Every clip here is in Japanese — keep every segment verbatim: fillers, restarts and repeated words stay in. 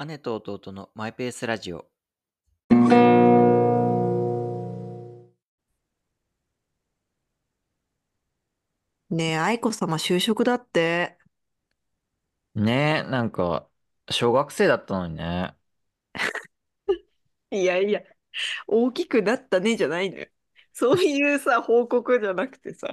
姉と弟のマイペースラジオ。 ねえ、愛子様就職だって。 ねえ、なんか、小学生だったのにね。 いやいや、大きくなったねじゃないのよ。そういうさ、報告じゃなくてさ、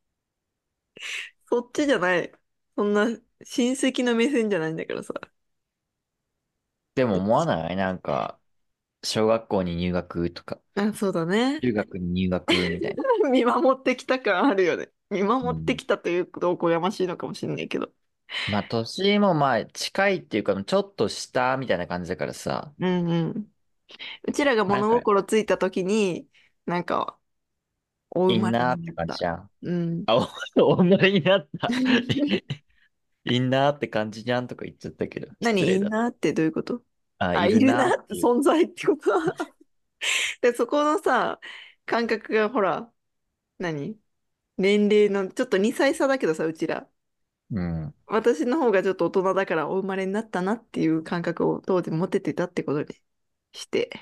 そっちじゃない。そんな親戚の目線じゃないんだからさ。 でも思わないなんか、小学校に入学とか、 あ、そうだね。 中学に入学みたいな。 見守ってきた感あるよね。見守ってうん。 きたというとおこがましいのかもしれないけど。 まあ、年もまあ、近いっていうか、ちょっと下みたいな感じだからさ。 うんうん。うちらが物なんか、 心ついた時に、なんか、お生いまれんなーってになった。 感じじゃん。 うん。 あ、お、お生まれになった。いんなーって感じじゃんとか言っちゃったけど、失何い礼だ。 んなってどういうこと？ あ、 あ、 いるいるなってなーっていう。 存在ってこと？で、そこのさ、感覚がほら、何年齢の、ちょっとにさい差だけどさ、うちら。 うん。 私の方がちょっと大人だからお生まれになったなっていう感覚を当時持ててたってことにして、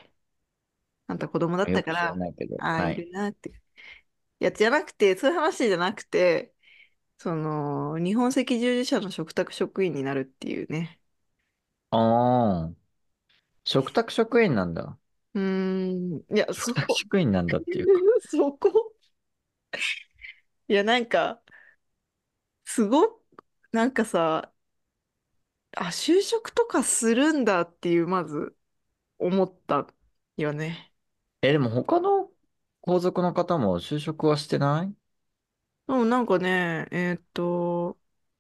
あんた子供だったよく知らから、 ないけど。 ああ、いはい。 るなって。いや、じゃなくて、そういう話じゃなくて、その、日本赤十字社の嘱託職員になるっていうね。 ああ。食卓職員なんだ。 うーん、いや、 食卓そこ、 職員なんだっていうか。 そこ。いや、なんか、すごく、なんかさ、あ、就職とかするんだっていう、まず思ったよね。 え、でも他の皇族の方も就職はしてない？ でもなんかね、えーっと、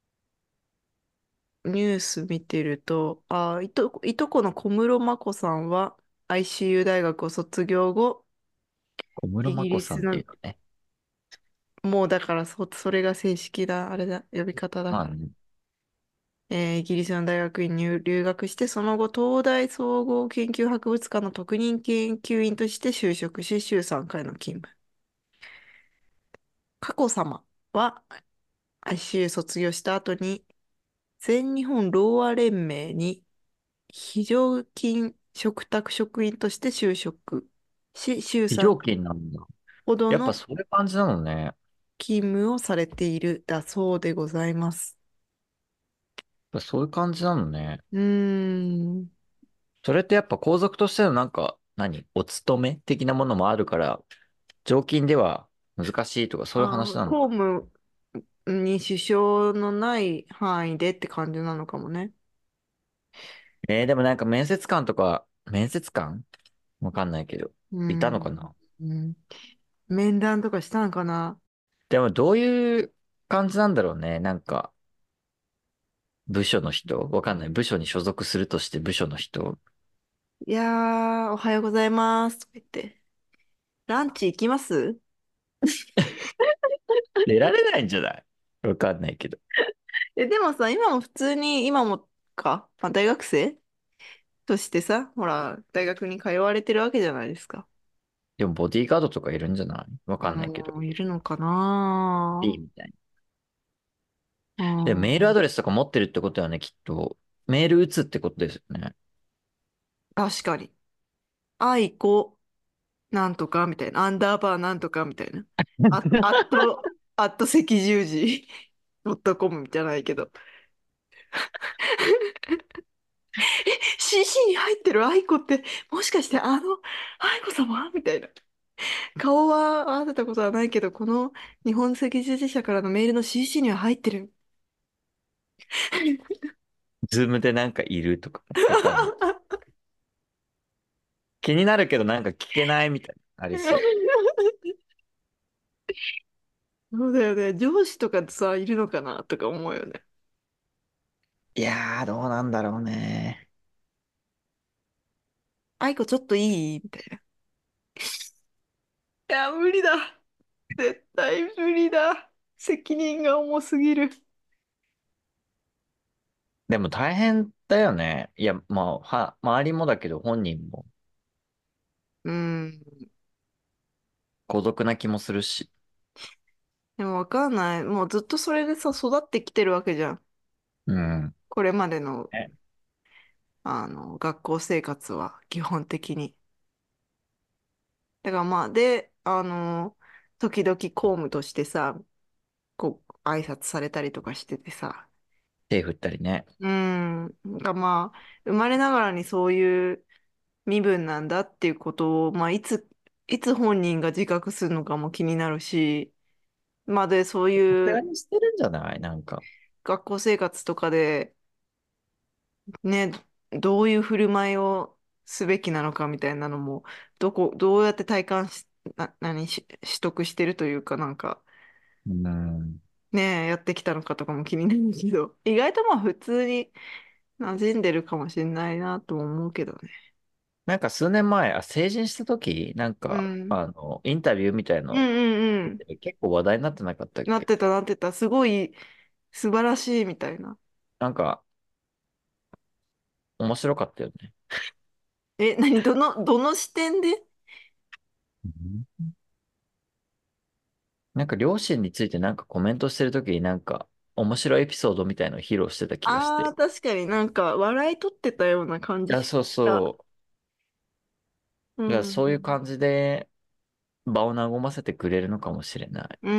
ニュース見てると、あ、いと、いとこの小室眞子さんは アイシーユー 大学を卒業後、 小室イギ眞子さんっていリスの、 うのね。 もうだからそ、それが正式な、あれだ、呼び方だから。 まあね。 えーイギリスの大学院に入留学して、その後、東大総合研究博物館の特任研究員として就職し、週さんかいの勤務。佳子さまは アイシーユー 卒業した後に、全日本ろうあ連盟に非常勤嘱託職員として就職し、週さん非常勤なんだ。やっぱほどのそういう感じなのね。やっ勤務をされているだそうでございます。 ぱそういう感じなのね。 うーん。 それってやっぱ皇族としてのなんか、何お勤め的なものもあるから、常勤では難しいとかそういうあー、 話なのか。 公務に支障のない範囲でって感じなのかもね。 えー、でもなんか面接官とか、面接官わかんないけど、 ういたのん。 かな？ うん。面談とかしたのかな？ でもどういう感じなんだろうね。なんか、部署の人わかんない。部署に所属するとして部署の人。 いやー、おはようございますとか言って。ランチ行きます？ 出られないんじゃない？わかんないけど。 え、でもさ、今も普通に、今もか、まあ、大学生としてさ、ほら、大学に通われてるわけじゃないですか。 でもボディーガードとかいるんじゃない？わかんないけど。 うん、いるのかな？ いいみたいな。 うで、メールアん、 ドレスとか持ってるってことはね、きっと、メール打つってことですよね。 確かに。愛子、なんとか、みたいな。アンダーバーなんとか、みたいな。あ、アット、アット赤十字、ドットコムじゃないけど。シーシー に入ってる愛子って、もしかしてあの愛子様みたいな。顔は合わせたことはないけど、この日本赤十字社からのメールの シーシー には入ってる。 ズームでなんかいるとかね。わかんない。気になるけどなんか聞けないみたいな。ありそそうだよね。上司とかさ、いるのかなとか思うよね。 う。いやー、どうなんだろうね。 愛子ちょっといいみたいな。いや、無理だ。絶対無理だ。責任が重すぎる。 でも大変だよね。いや、まあ、は、周りもだけど本人もうん。 孤独な気もするし。 でもわかんない。もうずっとそれでさ、育ってきてるわけじゃん。 うん。 これまでの。 ねあの、学校生活は基本的に。だからまあ、で、あの、時々公務としてさ、こう、挨拶されたりとかしててさ、 手振ったりね。 うん、なんかまあ、生まれながらにそういう身分なんだっていうことを、まあ、いつ、いつ本人が自覚するのかも気になるし、まあで、そうさすいうがにしてるんじゃないなんか。 学校生活とかで、ね、どういう振る舞いをすべきなのかみたいなのも、どこ、どうやって体感し、な、何し、取得してるというかなんか、 うん。 ね、やってきたのかとかも気になるけど、意外とまあ普通に馴染んでるかもしれないなとも思うけどね。 なんか数年前、あ、成人した時、なんか、 うん。 あの、インタビューみたいうんの、 うんうん。 結構話題になってなかったっけ？ なってたなってた。すごい素晴らしいみたいな。 なんか、面白かったよね。 え、何どの、どの視点で？ うん。なんか両親についてなんかコメントしてる時になんか面白いエピソードみたいのを披露してた気がしああー、 て。 確かになんか笑い取ってたような感いや、 じしそうた。 そう。いや、 うん。 そういう感じで場を和ませてくれるのかもしれない。 うん。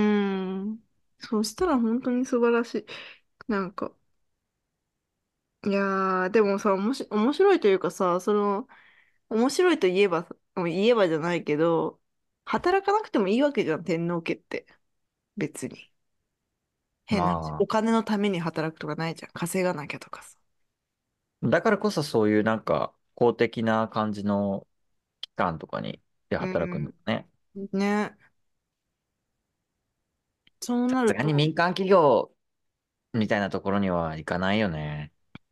そしたら本当に素晴らしい。なんか、いやー、でもさ、おもし、面白いというかさ、その、面白いと言えば、言えばじゃないけど、働かなくてもいいわけじゃん、天皇家って。別に。変な話。 まお金のために働くとかないじゃん。稼がなきゃとかさ。 あ、だからこそそういうなんか公的な感じの機関とかにで働くんだうん。 ね。 ね。そうさすがになると、 民間企業みたいなところには行かないよね。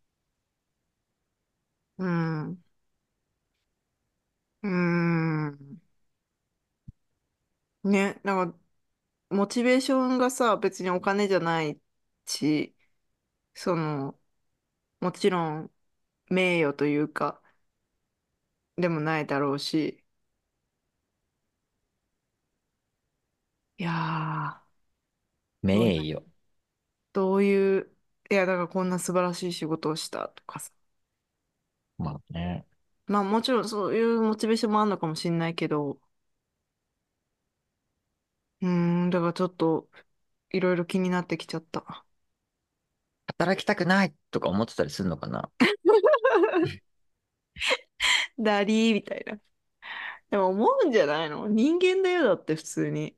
うん。うん。ね。なんか、モチベーションがさ、別にお金じゃないし、その、もちろん、名誉というか、でもないだろうし。いやー、どう名誉。 どういう、いや、だからこんな素晴らしい仕事をしたとかさ。 まあね。 まあもちろんそういうモチベーションもあるのかもしれないけど、うーん、だからちょっといろいろ気になってきちゃった。 働きたくないとか思ってたりするのかな？ ダリーみたいな。でも思うんじゃないの？人間だよ、だって普通に。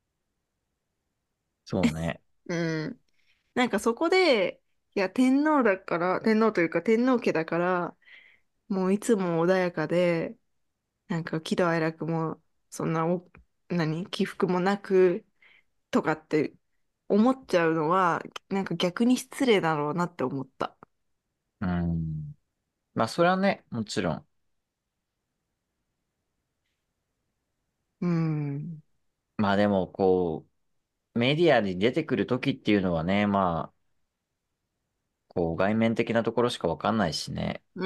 そうね。 うん。なんかそこで、いや、天皇だから、天皇というか天皇家だから、もういつも穏やかで、なんか喜怒哀楽も、そんなお、何起伏もなく、とかって思っちゃうのは、なんか逆に失礼だろうなって思った。 うん。まあそれはね、もちろん。 うん。 まあでもこう、メディアに出てくる時っていうのはね、まあ、こう外面的なところしかわかんないしね。 うん。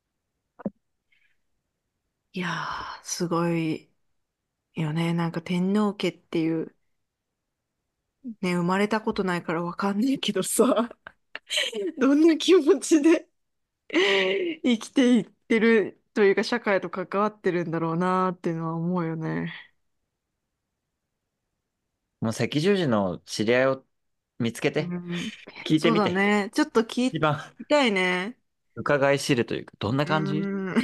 いやー、すごいよね。なんか天皇家っていう、ね、生まれたことないからわかんないけどさ、どんな気持ちで生きていってるというか、社会と関わってるんだろうなーっていうのは思うよね。 もう赤十字の知り合いを見つけて、 うん。そう聞いてみて。 だね。ちょっと聞一番きたいね。 伺い知るというか、どんなう感じ？ ん。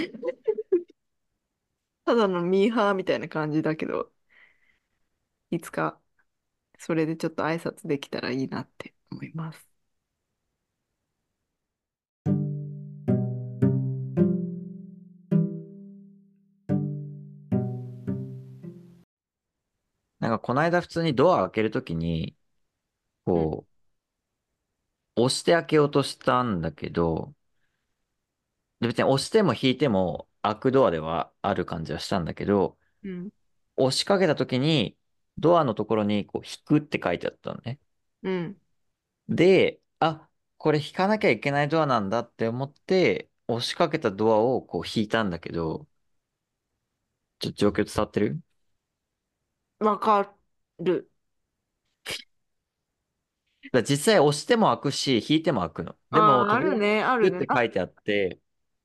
ただのミーハーみたいな感じだけど、いつかそれでちょっと挨拶できたらいいなって思います。 なんかこの間普通にドア開けるときに、 うん。 こう、押して開けようとしたんだけど、で別に押しても引いても開くドアではある感じはしたんだけど、 うん。 押しかけたときに、ドアのところにこう引くって書いてあったのね。 うん。 で、あ、これ引かなきゃいけないドアなんだって思って、押しかけたドアをこう引いたんだけど、ちょっと状況伝わってる？ わかる。 だから実際押しても開くし、引いても開くの。でも、 ああ、あ扉にるね、あるね。 引くって書あ、 いてあって、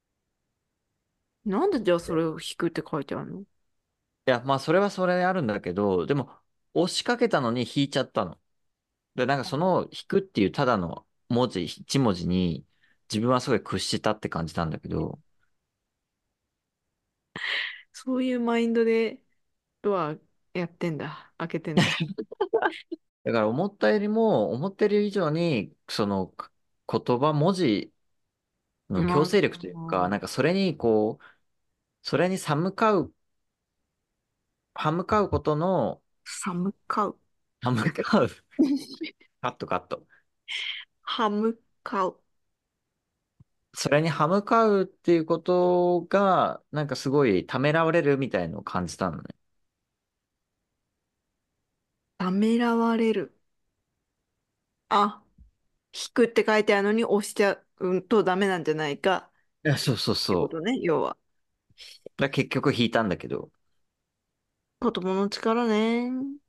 なんでじゃあそれを引くって書いてあるの？ いや、まあ、それはそれであるんだけど、でも、押しかけたのに引いちゃったの。で、なんかその引くっていうただの文字、一文字に、自分はすごい屈したって感じたんだけど、 そういうマインドでドアやってんだ。開けてんだ。 だから思ったよりも、思ってる以上に、そのか言葉、文字のま強制力というか、なんあ、 かそれにこう、それに歯向かう、歯向かうことの、 サムカウ。 歯向かう、カットカット。 ハムカウ。 それに歯向かうっていうことが、なんかすごいためらわれるみたいのを感じたのね。 ためらわれる。あ、引くって書いてあるのに押しちゃうとダメなんじゃないかいや、そうそうってこそう。 とね、要は。 だから結局引いたんだけど、 子供の力ね。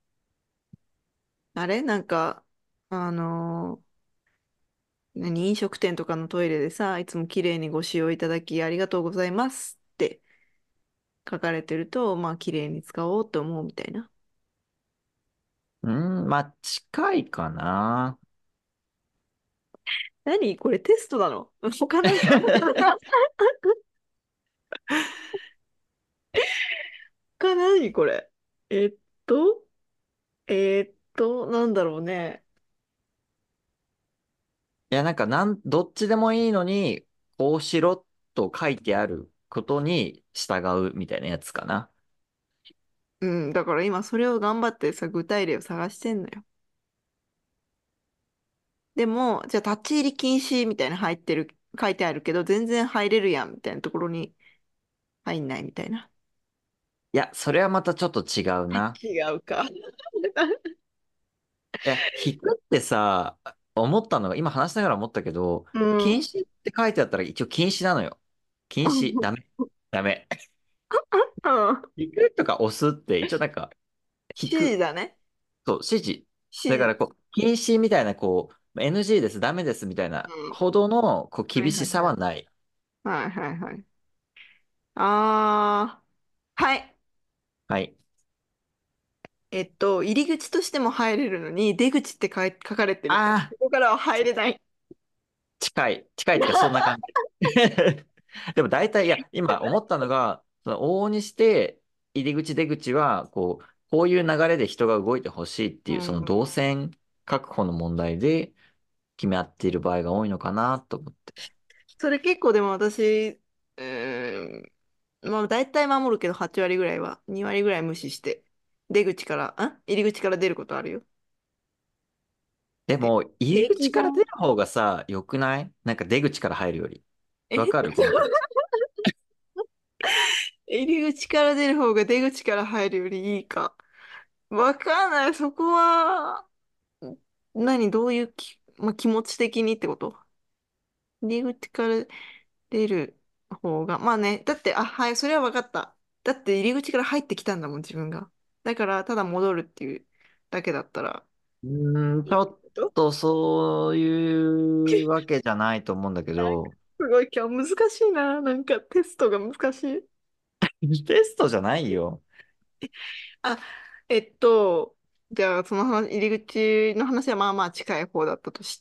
あれなんか、あのー何飲食店とかのトイレでさ、いつも綺麗にご使用いただきありがとうございますって書かれてると、まあ綺麗に使おうと思うみたいな。 うーん、まあ近いかな。 何これテストなの？他なんか他何これ？えっと、えっと、なんだろうね。 いや、なんかなん、どっちでもいいのに、こうしろと書いてあることに従うみたいなやつかな。 うん、だから今それを頑張ってさ、具体例を探してんのよ。でも、じゃあ立ち入り禁止みたいな入ってる、書いてあるけど、全然入れるやんみたいなところに入んないみたいな。 いや、それはまたちょっと違うな。 違うか。 いや、引くってさ、思ったのが、今話しながら思ったけど、 うん。 禁止って書いてあったら一応禁止なのよ。禁止、ダメ、ダメ。 うん。 引くとか押すって一応なんか、引指示く、 だね。 そう、指示。 指示。 だからこう、禁止みたいな、こう、エヌジー です、ダメですみたいなうん。 ほどのこうはい厳しはいはい。 さはない。 はいはいはい。あー、はい。 はい。 えっと、入り口としても入れるのに、出口って書い書かれてるから、 ああ、 ここからは入れない。 近い。近いっていうか、そんな感じ。でも大体、いや、今思ったのが、その往々にして、入り口出口は、こう、こういう流れで人が動いてほしいっていう、そのうん。 動線確保の問題で決め合っている場合が多いのかなと思って。 それ結構でも私、うーん、まあ大体守るけどはち割ぐらいは、に割ぐらい無視して、出口から、ん入り口から出ることあるよ。え、 でも、入り平気じゃん。 口から出る方がさ、良くない？なんか出口から入るより。 え、 わかるこの感じ。 入り口から出る方が出口から入るよりいいか。わかんない。そこは、何、どういうき、まあ、気持ち的にってこと？入り口から出る方が、まあね、だって、あ、はい、それは分かった。だって入り口から入ってきたんだもん、自分が。だから、ただ戻るっていうだけだったらうーん、 いいってちょっこと？ とそういうわけじゃないと思うんだけど、 すごい今日難しいな。なんかテストが難しい。 テストじゃないよ。 あ、えっと、じゃあその話、入り口の話はまあまあ近い方だったとして、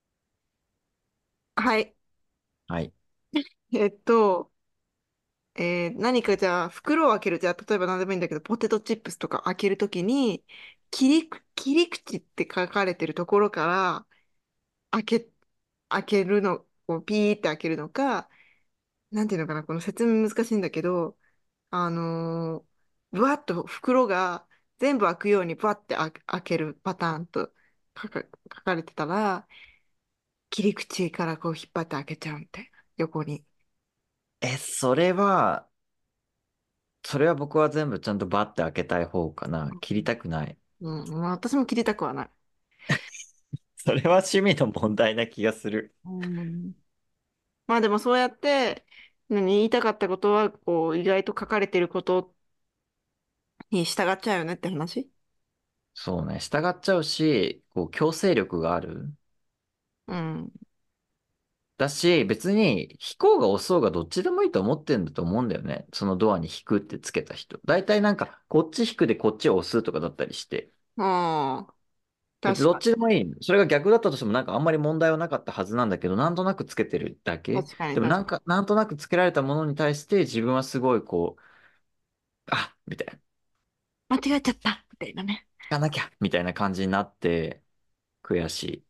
はい。 はい。 えっと、えー何かじゃあ袋を開ける、じゃあ例えば何でもいいんだけど、ポテトチップスとか開けるときに、切りく、切り口って書かれてるところから開け、開けるの、こうピーって開けるのか、なんていうのかな、この説明難しいんだけど、あのー、ぶわっと袋が全部開くようにぶわって開開けるパターンと書か、書かれてたら、切り口からこう引っ張って開けちゃうみたいな、横に。 え、それは、それは僕は全部ちゃんとバッて開けたい方かな。切りたくない。 うん、まあ私も切りたくはない。 それは趣味の問題な気がする。 うん、まあでもそうやって、何言いたかったことは、こう、意外と書かれてることに従っちゃうよねって話。 そうね、従っちゃうし、こう強制力がある。 うん。 だし、別に引こうが押そうがどっちでもいいと思ってんだと思うんだよね。そのドアに引くってつけた人。大体なんか、こっち引くでこっちを押すとかだったりして。 ああ、 別にどっ確かに。 ちでもいい。それが逆だったとしてもなんかあんまり問題はなかったはずなんだけど、なんとなくつけてるだけ。 確かに、確かに。 でもなんか、なんとなくつけられたものに対して自分はすごいこう、あみたいな。 間違えちゃったみたいなね。 引かなきゃみたいな感じになって悔しい。